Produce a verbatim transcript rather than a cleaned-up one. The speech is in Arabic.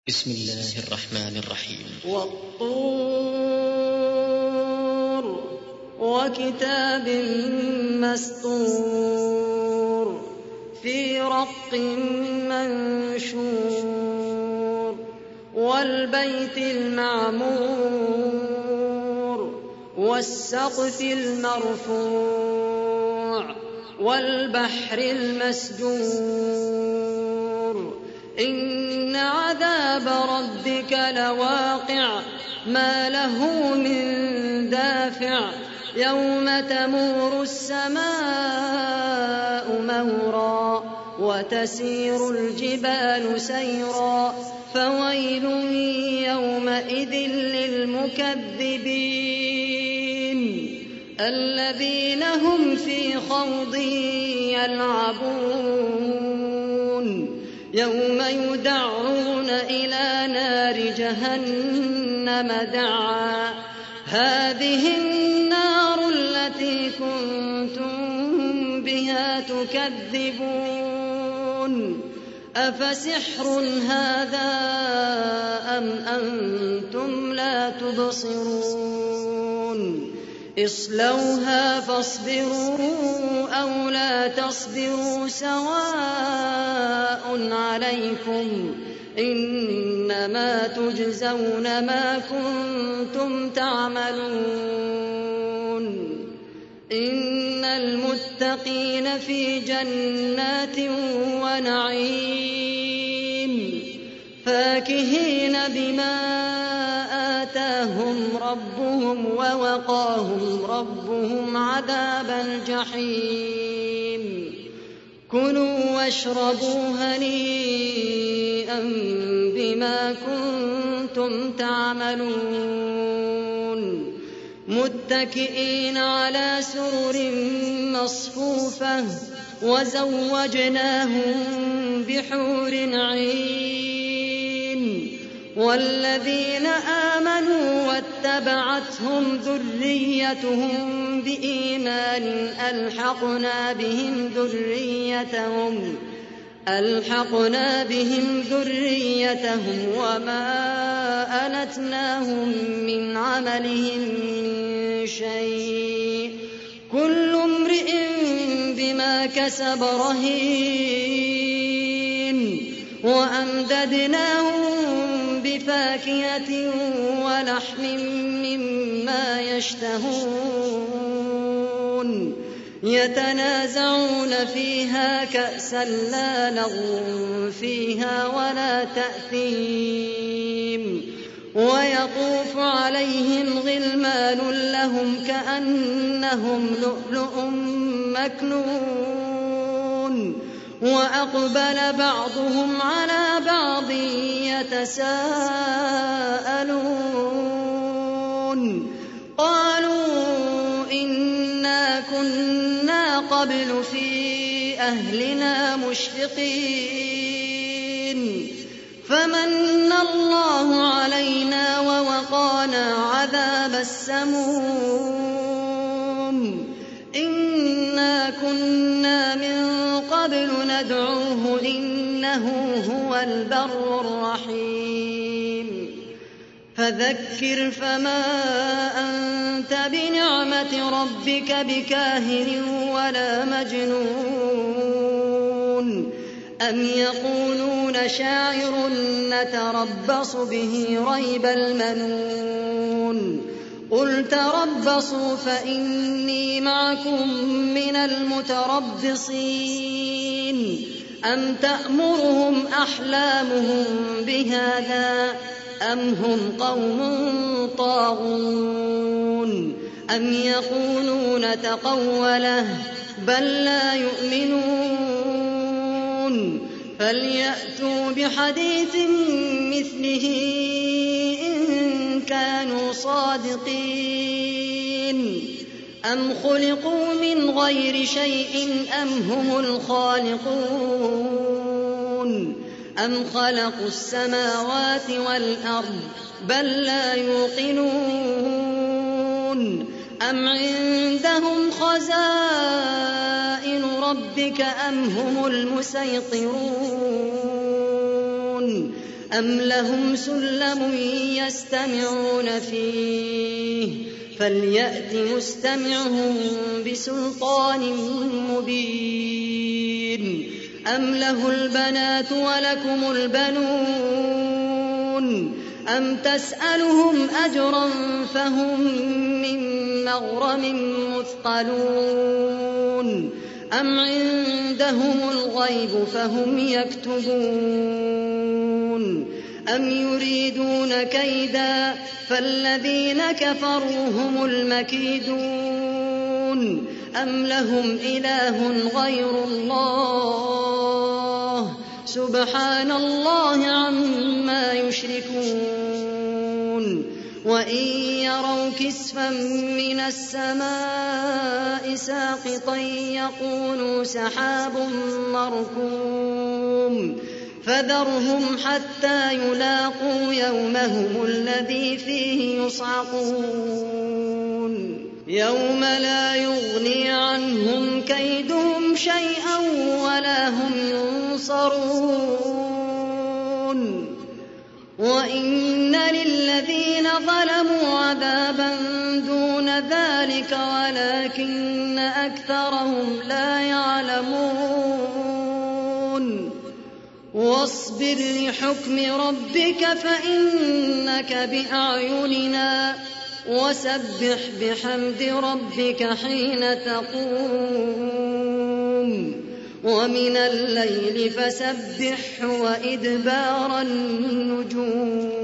بسم الله الرحمن الرحيم. والطور وكتاب مسطور في رق منشور والبيت المعمور والسقف المرفوع والبحر المسجور إن عذاب ربك لواقع ما له من دافع يوم تمور السماء مورا وتسير الجبال سيرا فويل يومئذ للمكذبين الذين هم في خوض يلعبون يوم يدعون إلى نار جهنم دعا هذه النار التي كنتم بها تكذبون أفسحر هذا أم أنتم لا تبصرون اصلوها فاصبروا أو لا تصبروا سواء عليكم إنما تجزون ما كنتم تعملون إن المتقين في جنات ونعيم فاكهين بما آتاهم ربهم ووقاهم ربهم عذاب الجحيم كلوا واشربوا هنيئا بما كنتم تعملون متكئين على سرر مصفوفة وزوجناهم بحور عين والذين آمنوا واتبعتهم ذريتهم بإيمان ألحقنا بهم ذريتهم ألحقنا بهم ذريتهم وما ألتناهم من عملهم من شيء كل امرئ بما كسب رهين وأمددناهم بفاكهة ولحم مما يشتهون يتنازعون فيها كأسا لا لغو فيها ولا تأثيم ويطوف عليهم غلمان لهم كأنهم لؤلؤ مكنون وأقبل بعضهم على بعض يتساءلون قالوا إنا كنا قبل في أهلنا مشفقين فمن الله علينا ووقانا عذاب السموم إنا كنا من قبل ندعوه إنه هو البر الرحيم فذكر فما أنت بنعمة ربك بكاهن ولا مجنون أم يقولون شاعر نتربص به ريب المنون قل تربصوا فإني معكم من المتربصين أم تأمرهم أحلامهم بهذا أم هم قوم طاغون أم يقولون تقوله بل لا يؤمنون فليأتوا بحديث مثله إن كانوا صادقين أم خلقوا من غير شيء أم هم الخالقون أم خلقوا السماوات والأرض بل لا يوقنون أم عندهم خزائن ربك أم هم المسيطرون أم لهم سلم يستمعون فيه فليأت مستمعهم بسلطان مبين أم له البنات ولكم البنون أم تسألهم أجرا فهم من مغرم مثقلون أم عندهم الغيب فهم يكتبون أم يريدون كيدا فالذين كفروا هم المكيدون أم لهم إله غير الله سبحان الله عما يشركون وإن يروا كسفا من السماء ساقطا يقولوا سحاب مركوم فذرهم حتى يلاقوا يومهم الذي فيه يصعقون يوم لا يغني عنهم كيدهم شيئا ولا هم ينصرون وإن للذين ظلموا عذابا دون ذلك ولكن أكثرهم لا يعلمون واصبر لحكم ربك فإنك بأعيننا وسبح بحمد ربك حين تقوم ومن الليل فسبحه وإدبار النجوم